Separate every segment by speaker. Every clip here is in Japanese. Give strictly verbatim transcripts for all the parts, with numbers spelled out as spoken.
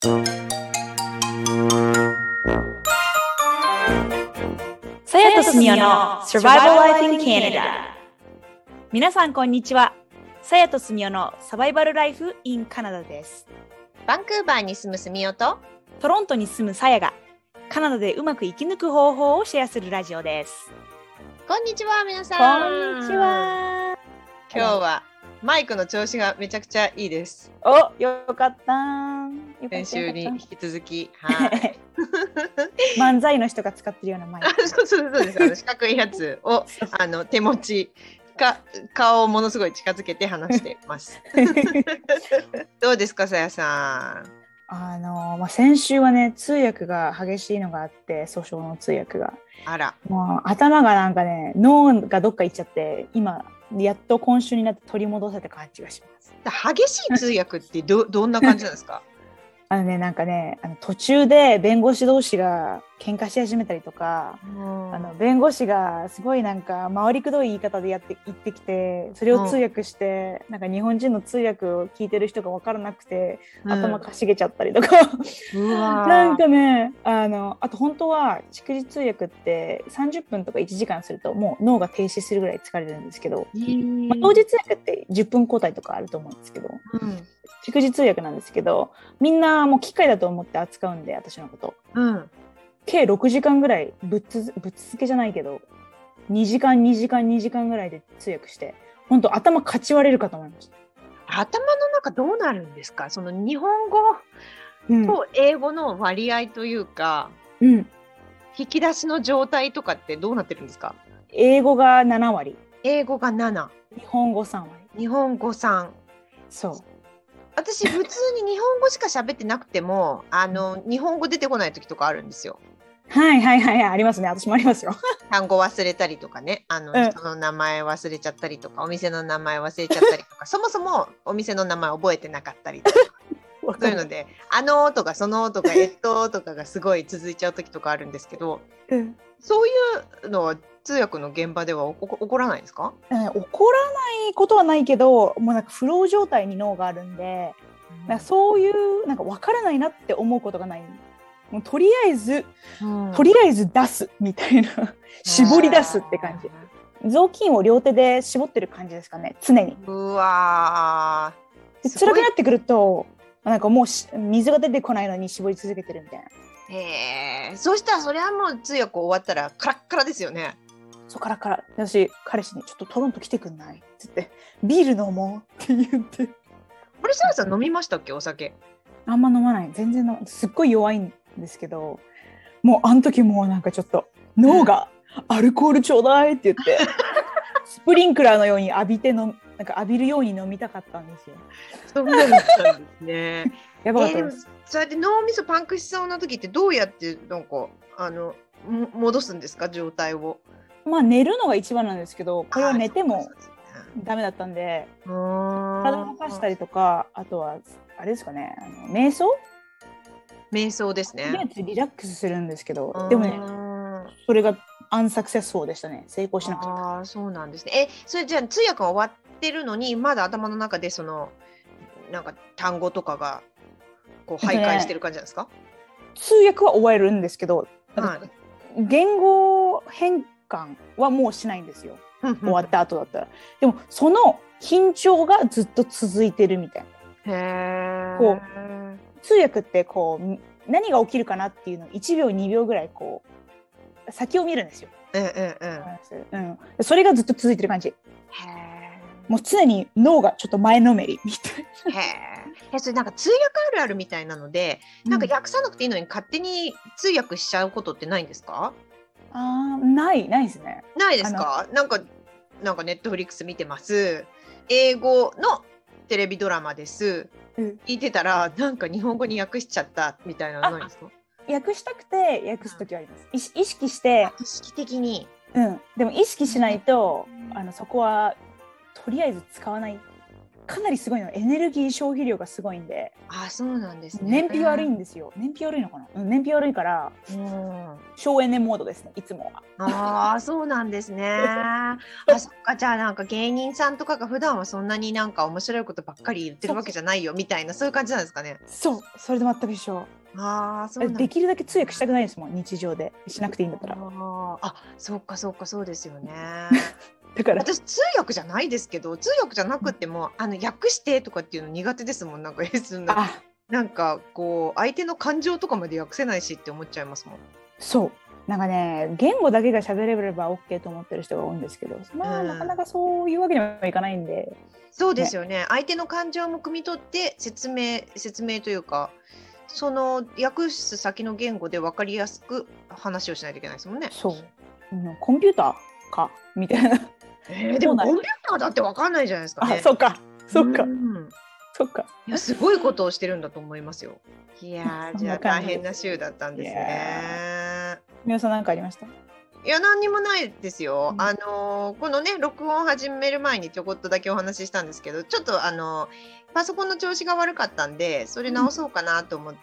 Speaker 1: さやとすみおの Survival Life in Canada。 皆さんこんにちは。さやとすみおのサバイバルライフ in カナダです。
Speaker 2: バンクーバーに住むすみおと
Speaker 1: トロントに住むさやがカナダでうまく生き抜く方法をシェアするラジオです。
Speaker 2: こんにちは皆さ
Speaker 1: ん。こんにちは。
Speaker 2: 今日はマイクの調子がめちゃくちゃいいです。
Speaker 1: お、よかった
Speaker 2: 先週に引き続き、はい、
Speaker 1: 漫才の人が使ってるようなマイク。
Speaker 2: そうそうそうです。あの四角いやつをあの手持ちか顔をものすごい近づけて話してますどうですかさやさん。
Speaker 1: あの、まあ、先週はね通訳が激しいのがあって、訴訟の通訳が
Speaker 2: あら、
Speaker 1: もう頭がなんかね脳がどっか行っちゃって、今やっと今週になって取り戻せた感じがします。
Speaker 2: 激しい通訳ってど, どんな感じなんですか
Speaker 1: あのね、なんかね、あの途中で弁護士同士が喧嘩し始めたりとか、あの弁護士がすごいなんか回りくどい言い方でやって言ってきて、それを通訳して、なんか日本人の通訳を聞いてる人が分からなくて、うん、頭かしげちゃったりとかうわなんかね、あのあと本当は逐次通訳ってさんじゅっぷんとかいちじかんするともう脳が停止するぐらい疲れるんですけど、まあ、同時通訳ってじゅっぷん交代とかあると思うんですけど、うん逐次通訳なんですけど、みんなもう機械だと思って扱うんで、私のこと、うん、計ろくじかんぐらいぶっつぶっ続けじゃないけどにじかんにじかんにじかんぐらいで通訳して、本当頭かち割れるかと思いました。
Speaker 2: 頭の中どうなるんですか？その日本語と英語の割合というか、うん、引き出しの状態とかってどうなってるんですか？
Speaker 1: 英語がななわり、
Speaker 2: 英語がなな、
Speaker 1: 日本語さんわり。
Speaker 2: 日本語さん。
Speaker 1: そう。
Speaker 2: 私普通に日本語しか喋ってなくてもあの日本語出てこない時とかあるんですよ。
Speaker 1: はいはいはい、はい、ありますね。私もありますよ。
Speaker 2: 単語忘れたりとかね、あの、うん、人の名前忘れちゃったりとか、お店の名前忘れちゃったりとかそもそもお店の名前覚えてなかったりとかそういうので、あのとかそのとかえっととかがすごい続いちゃう時とかあるんですけど、うん、そういうのは通訳の現場では起こらないですか？
Speaker 1: えー、起こらないことはないけど、もうなんかフロー状態に脳があるんで、うん、なんかそういうなんか分からないなって思うことがない。もうとりあえず、うん、とりあえず出すみたいな絞り出すって感じ。雑巾を両手で絞ってる感じですかね、常に。
Speaker 2: うわ
Speaker 1: ー、で辛くなってくるとなんかもう水が出てこないのに絞り続けてるみたいな。
Speaker 2: へえ、そうしたらそれはもう通訳終わったらカラッカラですよね。
Speaker 1: そう、カラカラ。私彼氏にちょっとトロント来てくんないって言って、ビール飲もうって言って。
Speaker 2: あれ、さやさん飲みましたっけ？お酒
Speaker 1: あんま飲まない、全然のすっごい弱いんですけど、もうあの時もうなんかちょっと脳がアルコールちょうだいって言ってスプリンクラーのように浴びてのなんか浴びるように飲みたかったんですよ。
Speaker 2: そうだったんですね
Speaker 1: やばかったです。
Speaker 2: えー、そうやって脳みそパンクしそうな時ってどうやってなんかあの戻すんですか、状態を？
Speaker 1: まあ寝るのが一番なんですけど、これは寝てもダメだったんで、体を動かしたりとか、あとはあれですかね、あの瞑想
Speaker 2: 瞑想ですね。
Speaker 1: リラックスするんですけど、でもねそれがアンサクセスフォーでしたね。成功しなかった。
Speaker 2: あ、そうなんですね。え、それじゃあ通訳が終わってるのにまだ頭の中でそのなんか単語とかがこう徘徊してる感じなんですか？
Speaker 1: 通訳は終わるんですけど、はい、言語変換はもうしないんですよ終わった後だったら。でもその緊張がずっと続いてるみたいな。へー。こう通訳ってこう何が起きるかなっていうのをいちびょうにびょうぐらいこう先を見るんですよ。うんうんうんうん、それがずっと続いてる感じ。へー。もう常に脳がちょっと前のめりみたいな。
Speaker 2: へー。それなんか通訳あるあるみたいなので、なんか訳さなくていいのに勝手に通訳しちゃうことってないんですか？
Speaker 1: あー、ないないですね。
Speaker 2: ないですか？なんかなんかネットフリックス見てます、英語のテレビドラマです、うん、聞いてたらなんか日本語に訳しちゃったみたいなのないですか？
Speaker 1: 訳したくて訳すときはあります。意識して
Speaker 2: 意識的に、
Speaker 1: うん、でも意識しないと、うん、あのそこはとりあえず使わない。 かなりすごいの、エネルギー消費量がすごいんで。
Speaker 2: あ、そうなんですね。
Speaker 1: 燃費悪いんですよ。燃費悪いのかな、うん、燃費悪いから、うん、省エネモードですね、いつもは。
Speaker 2: ああ、そうなんですね。あ、そっか。じゃあなんか芸人さんとかが普段はそんなになんか面白いことばっかり言ってるわけじゃないよみたいな、そういう感じなんですかね。
Speaker 1: そう、それで全く一緒。
Speaker 2: ああ、そうなん
Speaker 1: できるだけ通訳したくないですもん、日常でしなくていいんだったら。
Speaker 2: ああ、そうかそうか、そうですよね。
Speaker 1: だから
Speaker 2: 私通訳じゃないですけど、通訳じゃなくても、あの訳してとかっていうの苦手ですもん。なんか
Speaker 1: あ、
Speaker 2: なんかこう相手の感情とかまで訳せないしって思っちゃいますもん。
Speaker 1: そうなんかね、言語だけが喋れれば OK と思ってる人が多いんですけど、まあ、
Speaker 2: うん、
Speaker 1: なかなかそういうわけにはいかないんで。
Speaker 2: そうですよね。ね、相手の感情も汲み取って説明説明というか、その訳す先の言語で分かりやすく話をしないといけないですもんね。
Speaker 1: そう、うん、コンピューターかみたいな。
Speaker 2: えー、でもコンピューターだって分かんないじゃないですかね。
Speaker 1: あ、そうかそうか、
Speaker 2: うん、
Speaker 1: そっか。
Speaker 2: いや、すごいことをしてるんだと思いますよ。いやー、じゃあ大変な週だったんですね。
Speaker 1: 皆さん何かありました？
Speaker 2: いや、何にもないですよ。
Speaker 1: うん、
Speaker 2: あのー、このね、録音を始める前にちょこっとだけお話ししたんですけど、ちょっとあのパソコンの調子が悪かったんで、それ直そうかなと思って、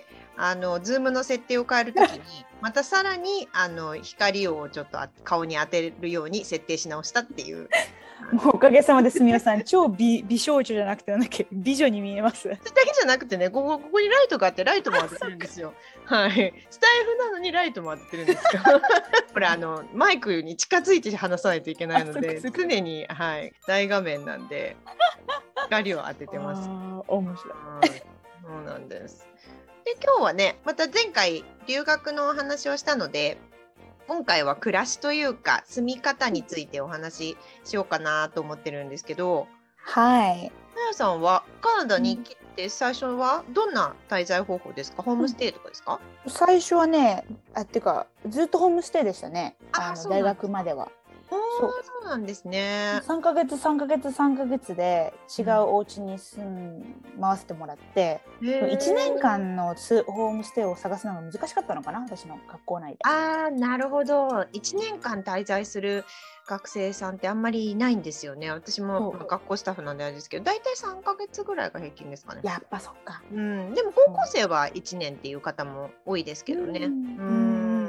Speaker 2: うん、あのズームの設定を変えるときにまたさらにあの光をちょっと顔に当てるように設定し直したっていう。
Speaker 1: もうおかげさまですみません、超 美, 美少女じゃなくてなんだっけ、美女に見えます。
Speaker 2: それだけじゃなくてね、ここ、ここにライトがあってライトも当ててるんですよ。はい、スタイフなのにライトも当ててるんですよ。これあのマイクに近づいて話さないといけないので、常に、はい、大画面なんで光を当ててます。
Speaker 1: あ、面白い。
Speaker 2: そうなんです。で、今日はね、また前回留学のお話をしたので、今回は暮らしというか住み方についてお話ししようかなと思ってるんですけど、
Speaker 1: はい。
Speaker 2: なやさんはカナダに来て最初はどんな滞在方法ですか？ホームステイとかですか？
Speaker 1: 最初はね、あっていうかずっとホームステイでしたね。
Speaker 2: あ、
Speaker 1: あの大学までは。
Speaker 2: そう、そうなんですね。
Speaker 1: さんかげつさんかげつさんかげつで違うお家に住ん回せてもらって、うん、いちねんかんのホームステイを探すのが難しかったのかな、私の学校内で。
Speaker 2: ああ、なるほど。いちねんかん滞在する学生さんってあんまりいないんですよね。私も学校スタッフなんであれですけど、だいたいさんかげつぐらいが平均ですかね。
Speaker 1: やっぱそっか。
Speaker 2: うん、でも高校生はいちねんっていう方も多いですけどね。うん、うん、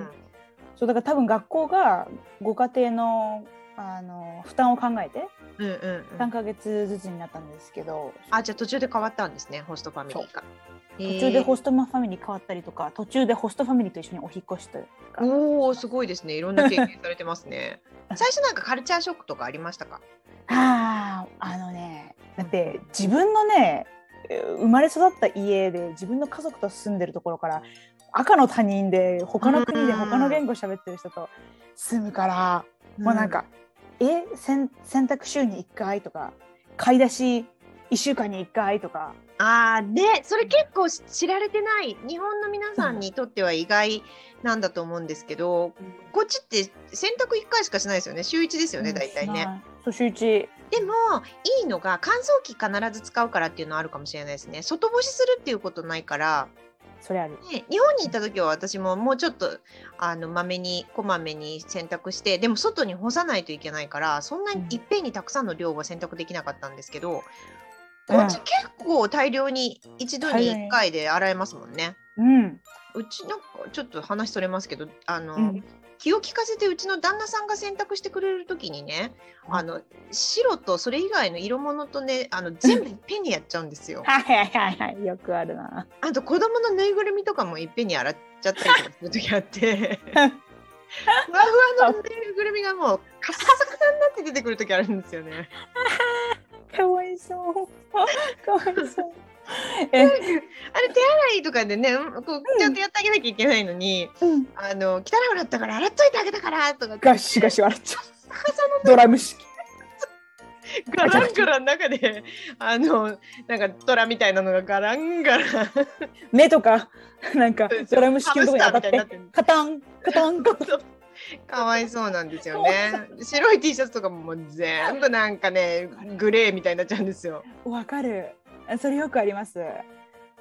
Speaker 1: そうだから多分学校がご家庭のあの負担を考えて、うんうんうん、さんかげつずつになったんですけど。
Speaker 2: あ、じゃあ途中で変わったんですね、ホストファミリーが。
Speaker 1: 途中でホストファミリー変わったりとか、途中でホストファミリーと一緒にお引っ越しとか。
Speaker 2: おお、すごいですね。いろんな経験されてますね。最初なんかカルチャーショックとかありましたか？
Speaker 1: ああ、あのね、だって自分のね、生まれ育った家で自分の家族と住んでるところから赤の他人で他の国で他の言語喋ってる人と住むから、もうなんか、え洗濯週にいっかいとか買い出しいっしゅうかんにいっかいとか。
Speaker 2: あー、ね、それ結構知られてない日本の皆さんにとっては意外なんだと思うんですけど、うん、こっちって洗濯いっかいしかしないですよね。週いちですよね、大体ね。
Speaker 1: そう週いち
Speaker 2: でもいいのが乾燥機必ず使うからっていうのはあるかもしれないですね。外干しするっていうことないから。
Speaker 1: それある、
Speaker 2: ね、日本に行った時は私ももうちょっとあのまめにこまめに洗濯して、でも外に干さないといけないからそんなにいっぺんにたくさんの量は洗濯できなかったんですけど、こっち結構大量に一度にいっかいで洗えますもんね。うん、うちなんかちょっと話それますけど、あの、うん、気を利かせてうちの旦那さんが洗濯してくれる時にね、あの白とそれ以外の色物とね、あの全部いっぺんにやっちゃうんですよ。
Speaker 1: はいはいはいはい、よくあるな。
Speaker 2: あと子供のぬいぐるみとかもいっぺんに洗っちゃったりとかする時あってふわふわのぬいぐるみがもうカッサカサになって出てくる時あるんですよね。
Speaker 1: かわいそうかわいそう
Speaker 2: えあれ手洗いとかでね、こうちゃんとやってあげなきゃいけないのに、うん、あの汚くなったから洗っといてあげたからとか
Speaker 1: ガシガシ洗っちゃうドラム式
Speaker 2: ガランガラン中であのなんかトラみたいなのがガランガラン
Speaker 1: 目とかなんかドラム式のとこに当たってカタンカタンカタン
Speaker 2: かわいそうなんですよね。白い T シャツとかももう全部なんかねグレーみたいになっちゃうんですよ。
Speaker 1: わかる、それよくあります。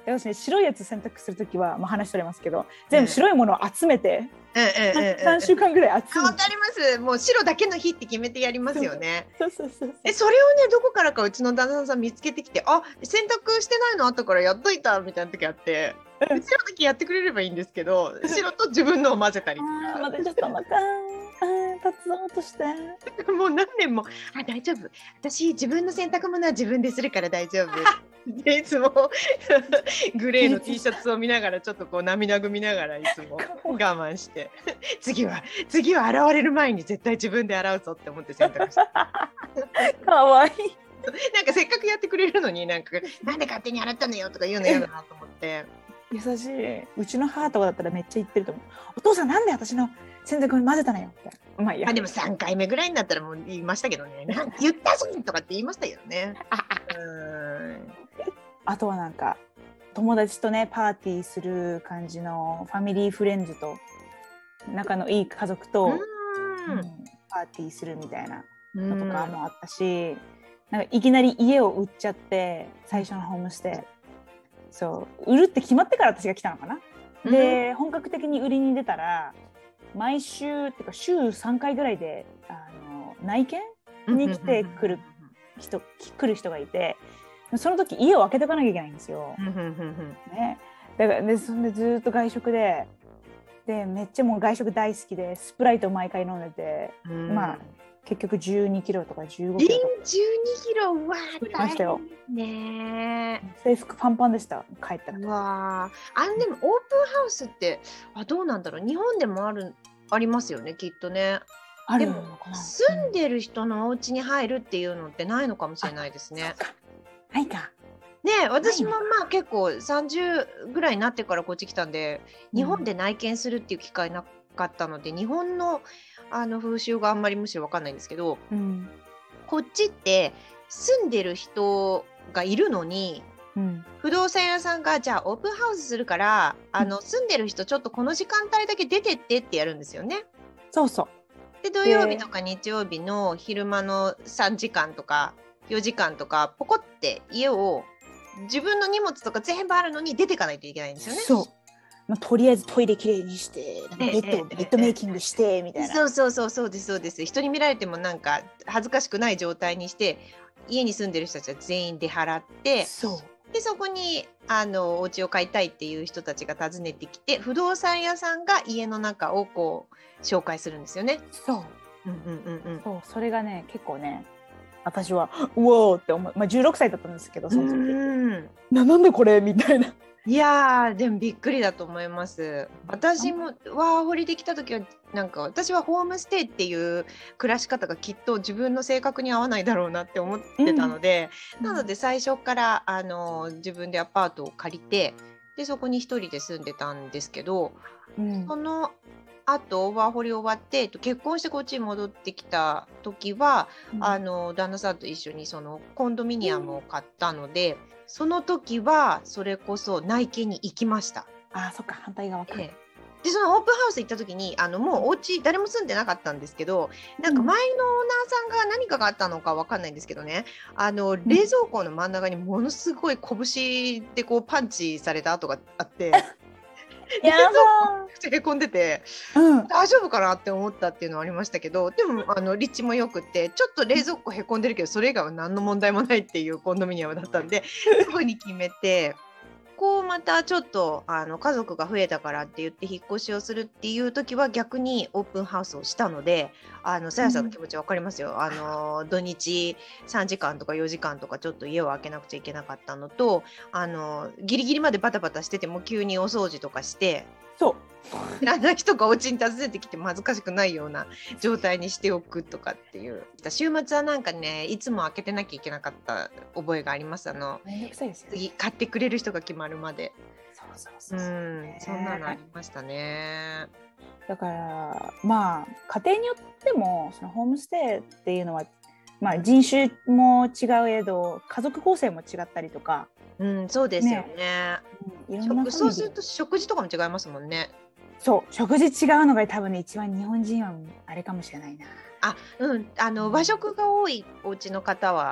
Speaker 1: 私ね、白いやつ洗濯するときは、まあ、話しておりますけど、全部白いものを集めて、
Speaker 2: うんうんうんうん、
Speaker 1: さんしゅうかんぐらい集めて。
Speaker 2: わかります。もう白だけの日って決めてやりますよね。
Speaker 1: そうそうそうそう。
Speaker 2: え、それをね、どこからかうちの旦那さん見つけてきて、あ、洗濯してないのあったからやっといたみたいな時あって、白だけやってくれればいいんですけど、白と自分のを混ぜたりとか。
Speaker 1: 混ぜちゃったのか。立つぞとして。
Speaker 2: もう何年も、あ、大丈夫。私、自分の洗濯物は自分でするから大丈夫。でいつもグレーの T シャツを見ながらちょっとこう涙ぐみながらいつも我慢して次は次は洗われる前に絶対自分で洗うぞって思って洗濯して
Speaker 1: かわいい。
Speaker 2: なんかせっかくやってくれるのになんかなんで勝手に洗ったのよとか言うの嫌だなと思って
Speaker 1: 優しい。うちの母とかだったらめっちゃ言ってると思う。お父さんなんで私の洗濯に混ぜたのよって。まあいいや。
Speaker 2: あでもさんかいめぐらいになったらもう言いましたけどね。なんて言ったぞとかって言いましたけどね。うん
Speaker 1: あとはなんか友達とねパーティーする感じのファミリーフレンズと仲のいい家族と、うん、パーティーするみたいなのとかもあったし、なんかいきなり家を売っちゃって最初のホームステイそう売るって決まってから私が来たのかな、うん、で本格的に売りに出たら毎週っていうか週さんかいぐらいであの内見に来てくる人、来る人がいてその時家を開けておかなきゃいけないんですよ。ね、だからでそんでずっと外食ででめっちゃもう外食大好きでスプライトを毎回飲んでて、うん、まあ結局じゅうにキロとかじゅうごキロとか
Speaker 2: じゅうにキロわ
Speaker 1: ーましたよ。
Speaker 2: ね
Speaker 1: 制服パンパンでした帰ったら。
Speaker 2: わあでもオープンハウスってあどうなんだろう日本でもあるありますよねきっとね。
Speaker 1: ある
Speaker 2: のかな。住んでる人のお家に入るっていうのってないのかもしれないですね。
Speaker 1: ないか。
Speaker 2: ね私もまあ結構さんじゅうぐらいになってからこっち来たんで、うん、日本で内見するっていう機会なかったので日本のあの風習があんまりむしろ分かんないんですけど、うん、こっちって住んでる人がいるのに、うん、不動産屋さんがじゃあオープンハウスするからあの住んでる人ちょっとこの時間帯だけ出てってってやるんですよね。
Speaker 1: そうそう。
Speaker 2: で土曜日とか日曜日の昼間のさんじかんとかよじかんとかポコって家を自分の荷物とか全部あるのに出ていかないといけないんですよね。
Speaker 1: そう、まあ、とりあえずトイレきれいにしてなんかベッド、ベッドメイキングしてみたいな。
Speaker 2: そうそうそうそうですそうです。人に見られてもなんか恥ずかしくない状態にして家に住んでる人たちは全員出払って
Speaker 1: そう
Speaker 2: でそこにあのお家を買いたいっていう人たちが訪ねてきて不動産屋さんが家の中をこう紹介するんですよね。
Speaker 1: そう、
Speaker 2: うんうんうんうん、
Speaker 1: そうそれがね結構ね私はうおーって思う、まあ、じゅうろくさいだったんですけどその時うんな, なんでこれみたいな。
Speaker 2: いやーでもびっくりだと思います。私もワーホリできた時はなんか私はホームステイっていう暮らし方がきっと自分の性格に合わないだろうなって思ってたので、うん、なので最初からあの自分でアパートを借りてでそこに一人で住んでたんですけど、うん、そのあとワーホリ終わって結婚してこっちに戻ってきた時は、うん、あの旦那さんと一緒にそのコンドミニアムを買ったので、うん、その時はそれこそ内見に行きました。
Speaker 1: あそっか反対側か、ええ、
Speaker 2: でそのオープンハウス行った時にあのもうお家誰も住んでなかったんですけどなんか前のオーナーさんが何かがあったのか分かんないんですけどねあの冷蔵庫の真ん中にものすごい拳でこうパンチされた跡があってやばーへこんでて、うん、大丈夫かなって思ったっていうのはありましたけどでもあの立地もよくってちょっと冷蔵庫へこんでるけどそれ以外は何の問題もないっていうコンドミニアムだったんですぐに決めてこうまたちょっとあの家族が増えたからって言って引っ越しをするっていう時は逆にオープンハウスをしたのであのさやさんの気持ち分かりますよ、うん、あの土日さんじかんとかよじかんとかちょっと家を空けなくちゃいけなかったのとあのギリギリまでバタバタしてても急にお掃除とかして
Speaker 1: そう
Speaker 2: 知らない人がお家に訪ねてきても恥ずかしくないような状態にしておくとかっていう週末はなんかねいつも開けてなきゃいけなかった覚えがあります。あの
Speaker 1: めんどくさいですよ、ね、
Speaker 2: 次買ってくれる人が決まるまで
Speaker 1: そうそうそうそう、
Speaker 2: うんそんなのありましたね。
Speaker 1: だからまあ家庭によってもそのホームステイっていうのは、まあ、人種も違うけど家族構成も違ったりとか、
Speaker 2: うん、そうですよね、ね、うん、いろんなそうすると食事とかも違いますもんね。
Speaker 1: そう食事違うのが多分ね一番日本人はあれかもしれないな。
Speaker 2: あ、うん、あの和食が多いお家の方は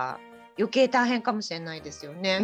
Speaker 2: 余計大変かもしれないですよね。
Speaker 1: うん、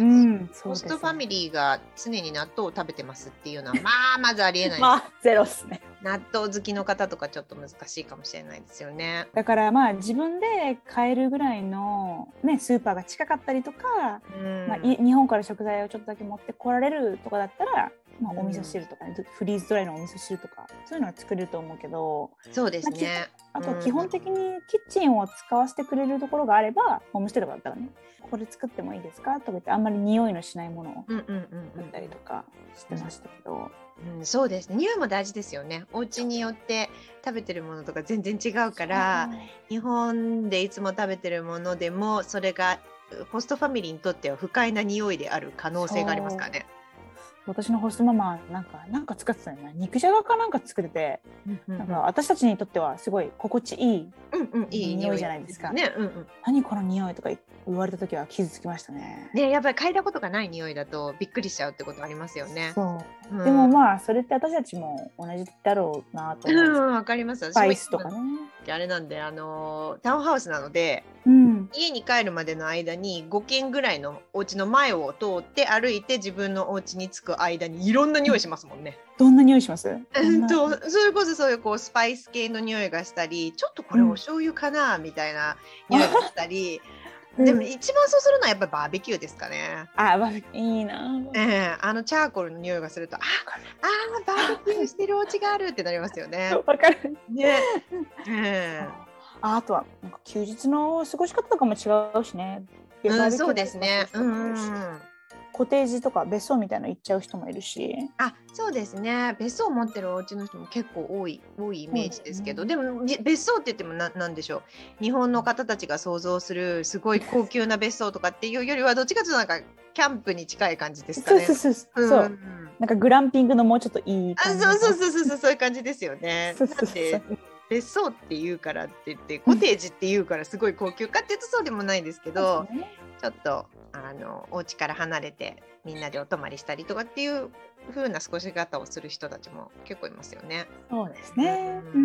Speaker 1: そう
Speaker 2: ホ
Speaker 1: ですね。
Speaker 2: ストファミリーが常に納豆を食べてますっていうのはまあまずありえない、
Speaker 1: まあゼロっすね。
Speaker 2: 納豆好きの方とかちょっと難しいかもしれないですよね。
Speaker 1: だからまあ自分で買えるぐらいの、ね、スーパーが近かったりとか、
Speaker 2: うん
Speaker 1: まあ、い日本から食材をちょっとだけ持ってこられるとかだったら、まあ、お味噌汁とかね、フリーズドライのお味噌汁とかそういうのは作れると思うけど、
Speaker 2: そうですね。
Speaker 1: まあ、きあと基本的にキッチンを使わせてくれるところがあれば、ホームステイとかだったらね、これ作ってもいいですかとか言って、あんまり匂いのしないものを
Speaker 2: うんうんうん
Speaker 1: 作ったりとかしてましたけど、
Speaker 2: うん、そうですね。匂いも大事ですよね。お家によって食べてるものとか全然違うから、日本でいつも食べてるものでもそれがホストファミリーにとっては不快な匂いである可能性がありますからね。
Speaker 1: 私のホストママなんかなんか作ってたよね、肉じゃがかなんか作ってて、
Speaker 2: うんうんうん、
Speaker 1: なんか私たちにとってはすごい心地いい、
Speaker 2: うんうん、いい
Speaker 1: 匂いじゃないですか。
Speaker 2: ね、うんうん、
Speaker 1: 何この匂いとか言われた時は傷つきましたね。
Speaker 2: ね、やっぱり嗅いだことがない匂いだとびっくりしちゃうってことありますよね。
Speaker 1: そう、
Speaker 2: うん、
Speaker 1: でもまあそれって私たちも同じだろうなと思うんです。
Speaker 2: わかります。
Speaker 1: スパイスとかね。
Speaker 2: あれなんで、あのタウンハウスなので、
Speaker 1: うん、
Speaker 2: 家に帰るまでの間にごけんぐらいのお家の前を通って歩いて自分のお家に着く間にいろんな匂いしますもんね。
Speaker 1: どんな匂いします？
Speaker 2: うんとそれこそそういうこうスパイス系の匂いがしたり、ちょっとこれお醤油かな、うん、みたいな匂いがしたり。でも一番そうするのはやっぱりバーベキューですかね。
Speaker 1: あ、バーベキューいいな。
Speaker 2: えー、あのチャーコールの匂いがすると、ああバーベキューしてるお家があるってなりますよね。
Speaker 1: わかる。
Speaker 2: ね。えー、
Speaker 1: あ, あとはなんか休日の過ごし方とかも違うしね。
Speaker 2: うん、そうですね。うん。
Speaker 1: コテージとか別荘みたいなの行っちゃう人もいるし。
Speaker 2: あ、そうですね。別荘を持ってるお家の人も結構多い多いイメージですけど、でも別荘って言ってもななんでしょう。日本の方たちが想像するすごい高級な別荘とかっていうよりはどっちかというとなんかキャンプに近い感じですかね。
Speaker 1: そうそうそうそう。うん、そうなんかグランピングのもうちょっといい感じ。
Speaker 2: あ、そうそうそうそうそうそういう感じですよね。
Speaker 1: そうそうそう
Speaker 2: なんで別荘って言うからって言ってコテージって言うからすごい高級かっていうとそうでもないですけど、ね、ちょっとあのお家から離れてみんなでお泊まりしたりとかっていう風な過ごし方をする人たちも結構いますよね。
Speaker 1: そうですね。うん。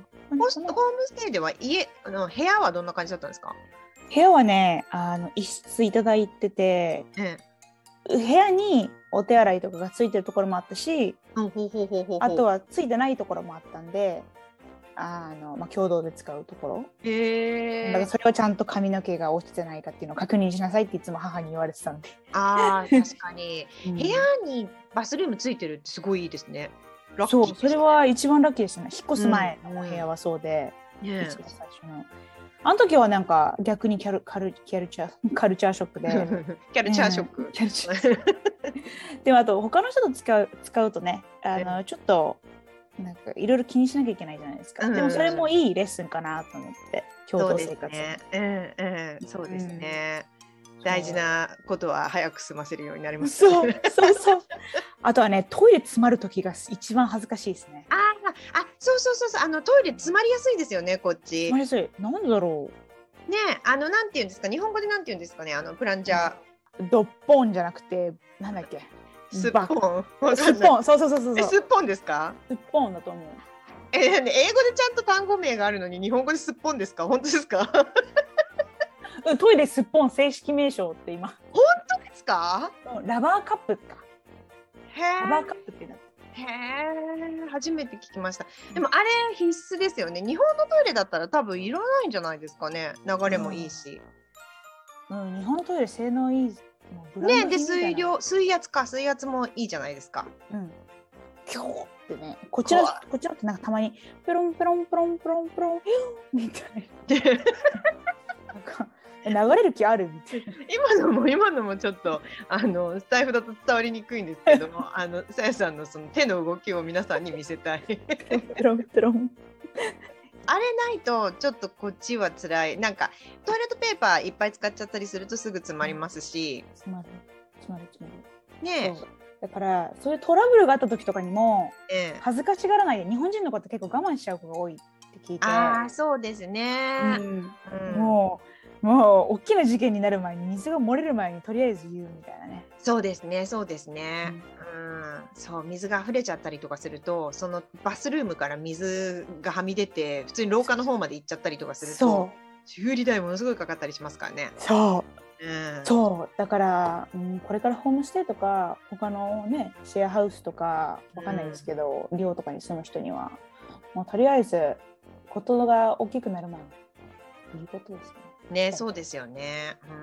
Speaker 2: ホストホームステイでは家の部屋はどんな感じだったんですか？
Speaker 1: 部屋はね、あの一室いただいてて、うん、部屋にお手洗いとかがついてるところもあったし、
Speaker 2: うん、ほうほうほうほうほう、
Speaker 1: あとはついてないところもあったんで。あのまあ、共同で使うところ、
Speaker 2: へー、
Speaker 1: だからそれをちゃんと髪の毛が落ちてないかっていうのを確認しなさいっていつも母に言われてたんで。
Speaker 2: あー確かに、うん、部屋にバスルームついてるってすごいいいですね。
Speaker 1: ラッキーですね。そう、それは一番ラッキーでしたね。引っ越す前の部屋はそうで、うんうん、一番最初のあの時はなんか逆にキャルカルキャルチャーカルチャーショックで
Speaker 2: キャルチャーショック、
Speaker 1: キャルチャーでもあと他の人と使う使うとね、あのちょっとなんかいろいろ気にしなきゃいけないじゃないですか、うん、でもそれもいいレッスンかなと思って共同生活。そうですね、
Speaker 2: うんうん、そうですね、うん、大事なことは早く済ませるようになります、
Speaker 1: ね、そうそうそうあとはねトイレ詰まる時が一番恥ずかしいですね。
Speaker 2: ああそうそうそうそう、あのトイレ詰まりやすいですよねこっち。
Speaker 1: 詰まりやすい。なんだろ
Speaker 2: うね、あのなんていうんですか、日本語でなんていうんですかね、あのプランジャ
Speaker 1: ードッポンじゃなくてなんだっけ、
Speaker 2: スッポン。
Speaker 1: スッポン、そうそうそうそう。
Speaker 2: え、スッポンですか？
Speaker 1: スッポンだと思う。
Speaker 2: え、英語でちゃんと単語名があるのに日本語でスッポンですか？本当ですか？
Speaker 1: トイレスッポン正式名称って今。
Speaker 2: 本当ですか？
Speaker 1: ラバーカップか。
Speaker 2: へ
Speaker 1: ラバーカップってなって。
Speaker 2: へえ、初めて聞きました。でもあれ必須ですよね。日本のトイレだったら多分いらないんじゃないですかね。流れもいいし。
Speaker 1: うん、うん、日本のトイレ性能いい。
Speaker 2: ね、で水量水圧か水圧もいいじゃないですか。
Speaker 1: うん。キョーってね、こちらこちらってなんかたまにペロンペロンペロンペロンペロンみたいな。なんか流れる気あるみたいな。
Speaker 2: 今のも今のもちょっとあのスタイフだと伝わりにくいんですけども、あのさやさんのその手の動きを皆さんに見せたい。
Speaker 1: ペロンペロン。
Speaker 2: あれないとちょっとこっちは辛い。なんかトイレットペーパーいっぱい使っちゃったりするとすぐ詰まりますし。
Speaker 1: 詰まる詰まる詰まる。
Speaker 2: ね
Speaker 1: え。だからそういうトラブルがあった時とかにも、
Speaker 2: ええ、
Speaker 1: 恥ずかしがらないで、日本人の方結構我慢しちゃう子が多いって聞いて。
Speaker 2: ああそうですね。
Speaker 1: うんうん、もうもう大きな事件になる前に水が漏れる前にとりあえず言うみたいなね。
Speaker 2: そうですねそうですね。うんうん、そう水が溢れちゃったりとかするとそのバスルームから水がはみ出て普通に廊下の方まで行っちゃったりとかすると修理代ものすごいかかったりしますからね。
Speaker 1: そう
Speaker 2: うん、
Speaker 1: そうだから、うん、これからホームステイとか他のねシェアハウスとかわかんないですけど、うん、寮とかに住む人にはもうとりあえずことが大きくなる前にいいことですね。
Speaker 2: ね、そうですよね。うん、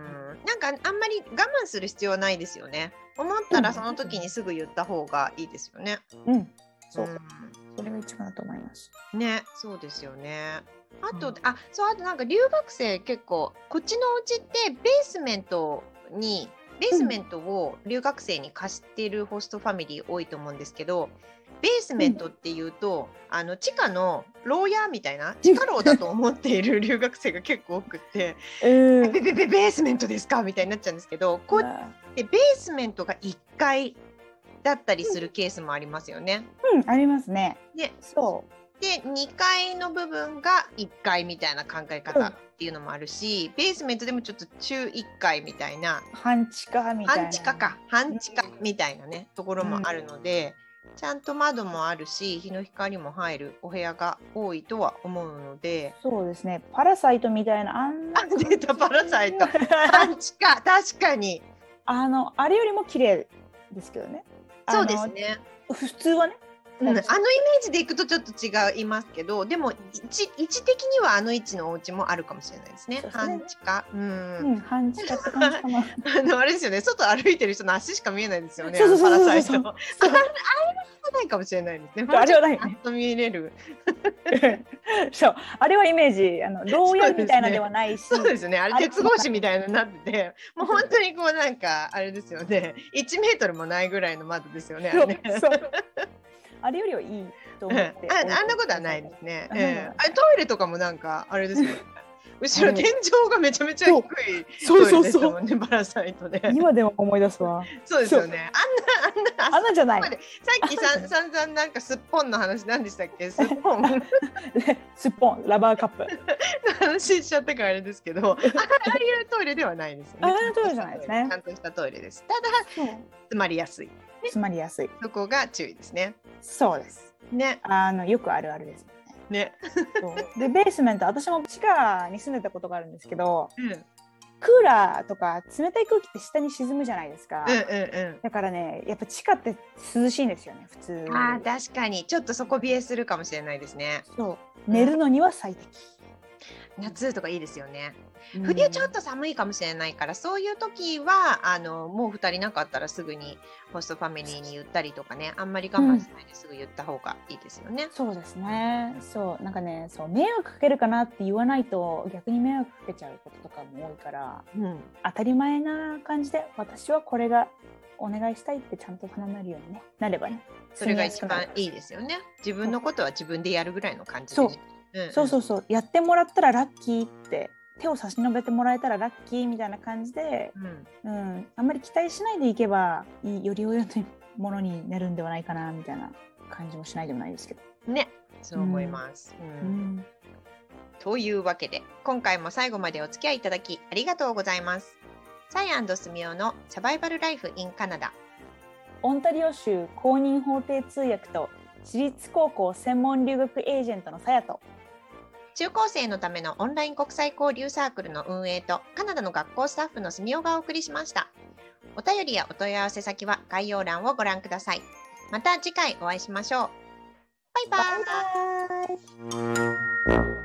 Speaker 2: なんかあんまり我慢する必要はないですよね。思ったらその時にすぐ言った方がいいですよね。
Speaker 1: うん、そう、
Speaker 2: うん、
Speaker 1: それが一番だと思います。
Speaker 2: ね、そうですよね。あと、うん、あ、そうあとなんか留学生結構こっちのお家ってベースメントにベースメントを留学生に貸しているホストファミリー多いと思うんですけど、ベースメントっていうと、うん、あの地下の牢屋みたいな地下牢だと思っている留学生が結構多くて、えー、ベベベベースメントですかみたいになっちゃうんですけど、こうやってベースメントがいっかいだったりするケースもありますよね。
Speaker 1: うん、ありますね。
Speaker 2: で、
Speaker 1: そう
Speaker 2: でにかいの部分がいっかいみたいな考え方っていうのもあるし、うん、ベースメントでもちょっと中いっかいみたいな
Speaker 1: 半地下みたいな
Speaker 2: 半地下か半地下みたいなね、うん、ところもあるので、うん、ちゃんと窓もあるし日の光も入るお部屋が多いとは思うので、
Speaker 1: そうですね、パラサイトみたいな、あんな
Speaker 2: 出たパラサイト半地下、確かに
Speaker 1: あのあれよりも綺麗ですけどね。
Speaker 2: そうですね、
Speaker 1: 普通はね、
Speaker 2: うん、あのイメージでいくとちょっと違いますけど、でも位置、位置的にはあの位置のお家もあるかもしれないですね。半地下、うん、
Speaker 1: うん、半地下って感じかな。
Speaker 2: あのあれですよね、外歩いてる人の足しか見えないですよね。
Speaker 1: そうそうそうそうそう、
Speaker 2: パラサイト。あれはないかもしれないですね。
Speaker 1: あれはないね。
Speaker 2: と見れる。
Speaker 1: そう、あれはイメージ、あの牢屋みたいなではないし、
Speaker 2: そうですね。あれ鉄格子みたいになってて、もう本当にこうなんかあれですよね。いちメートルもないぐらいの窓ですよね。あれね。そうそう
Speaker 1: あれよりはいいと思って。
Speaker 2: あ, あんなことはないですね。えー、あれトイレとかもなんかあれですよね。後ろ天井がめちゃめちゃ低いトイレでしたもんね、パラサイトで。
Speaker 1: 今でも思い出すわ。
Speaker 2: そうですよね。あんなあんな
Speaker 1: あんなじゃない。
Speaker 2: さっきさんさんざんなんかすっぽんの話なんでしたっけ？すっぽん。
Speaker 1: すっぽんラバーカップ。
Speaker 2: 話しちゃったからあれですけど、ああいうトイレではないですよね。
Speaker 1: ああいうトイレじゃないですね。
Speaker 2: ちゃんとしたトイレです。ただ詰まりやすい。
Speaker 1: 詰まりやすい。
Speaker 2: そこが注意ですね。
Speaker 1: そうです。
Speaker 2: ね。
Speaker 1: あのよくあるあるです。
Speaker 2: ね、
Speaker 1: そうでベースメント、私も地下に住んでたことがあるんですけど、
Speaker 2: うん、
Speaker 1: クーラーとか冷たい空気って下に沈むじゃないですか、
Speaker 2: うんうんうん、
Speaker 1: だからねやっぱ地下って涼しいんですよね普通。
Speaker 2: あー確かにちょっと底冷えするかもしれないですね。
Speaker 1: そう寝るのには最適、
Speaker 2: うん、夏とかいいですよね。冬ちょっと寒いかもしれないから、うん、そういう時はあのもうふたりなかったらすぐにホストファミリーに言ったりとかね、あんまり我慢しないですぐ言った方がいいですよね。
Speaker 1: うん、そうですね。そうなんかね、そう迷惑かけるかなって言わないと逆に迷惑かけちゃうこととかも多いから、うん、当たり前な感じで私はこれがお願いしたいってちゃんと頼めるように、ね、なればね、
Speaker 2: それが一番いいですよね。自分のことは自分でやるぐらいの感じで、ね、
Speaker 1: そううんうん、そうそうそうやってもらったらラッキーって手を差し伸べてもらえたらラッキーみたいな感じで、うんうん、あんまり期待しないでいけばより良いものになるんではないかなみたいな感じもしないでもないですけど
Speaker 2: ね。そう思います、うんうん、というわけで今回も最後までお付き合いいただきありがとうございます。サイ&スミオのサバイバルライフインカナダ、
Speaker 1: オンタリオ州公認法廷通訳と私立高校専門留学エージェントのさやと、
Speaker 2: 中高生のためのオンライン国際交流サークルの運営とカナダの学校スタッフのスミオがお送りしました。お便りやお問い合わせ先は概要欄をご覧ください。また次回お会いしましょう。バイバイ。バイバイ。